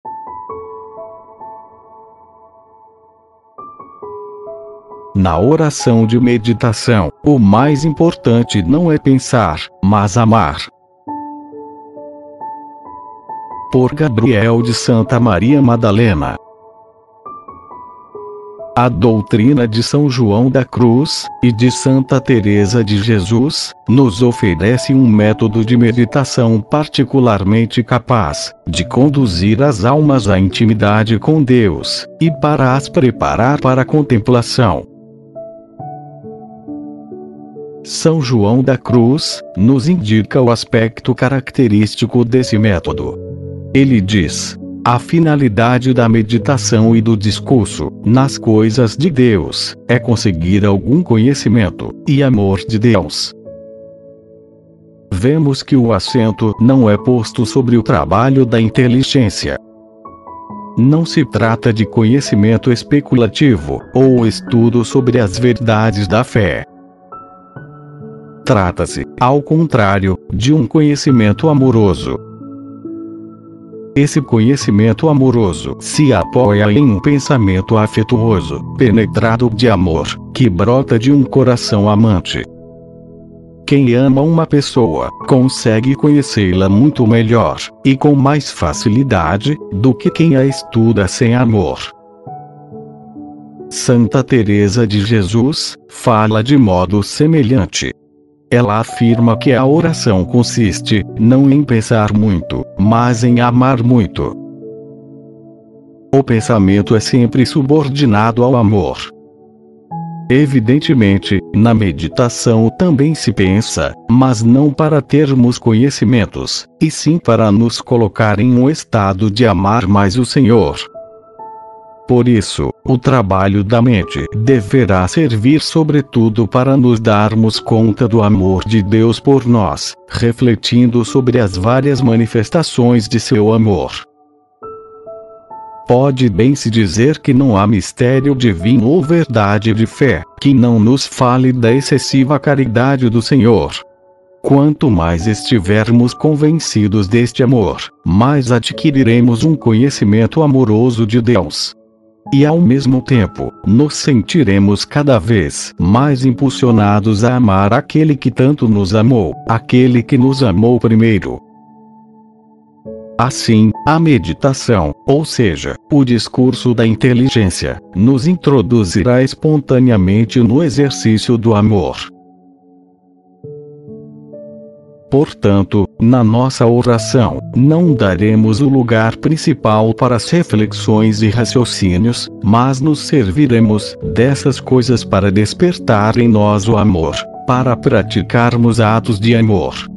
Na oração de meditação, o mais importante não é pensar, mas amar. Por Gabriel de Santa Maria Madalena. A doutrina de São João da Cruz, e de Santa Teresa de Jesus, nos oferece um método de meditação particularmente capaz de conduzir as almas à intimidade com Deus, e para as preparar para a contemplação. São João da Cruz nos indica o aspecto característico desse método. Ele diz: a finalidade da meditação e do discurso nas coisas de Deus é conseguir algum conhecimento e amor de Deus. Vemos que o acento não é posto sobre o trabalho da inteligência. Não se trata de conhecimento especulativo ou estudo sobre as verdades da fé. Trata-se, ao contrário, de um conhecimento amoroso. Esse conhecimento amoroso se apoia em um pensamento afetuoso, penetrado de amor, que brota de um coração amante. Quem ama uma pessoa, consegue conhecê-la muito melhor, e com mais facilidade, do que quem a estuda sem amor. Santa Teresa de Jesus fala de modo semelhante. Ela afirma que a oração consiste, não em pensar muito, mas em amar muito. O pensamento é sempre subordinado ao amor. Evidentemente, na meditação também se pensa, mas não para termos conhecimentos, e sim para nos colocar em um estado de amar mais o Senhor. Por isso, o trabalho da mente deverá servir sobretudo para nos darmos conta do amor de Deus por nós, refletindo sobre as várias manifestações de seu amor. Pode bem se dizer que não há mistério divino ou verdade de fé que não nos fale da excessiva caridade do Senhor. Quanto mais estivermos convencidos deste amor, mais adquiriremos um conhecimento amoroso de Deus. E ao mesmo tempo, nos sentiremos cada vez mais impulsionados a amar aquele que tanto nos amou, aquele que nos amou primeiro. Assim, a meditação, ou seja, o discurso da inteligência, nos introduzirá espontaneamente no exercício do amor. Portanto, na nossa oração, não daremos o lugar principal para as reflexões e raciocínios, mas nos serviremos dessas coisas para despertar em nós o amor, para praticarmos atos de amor.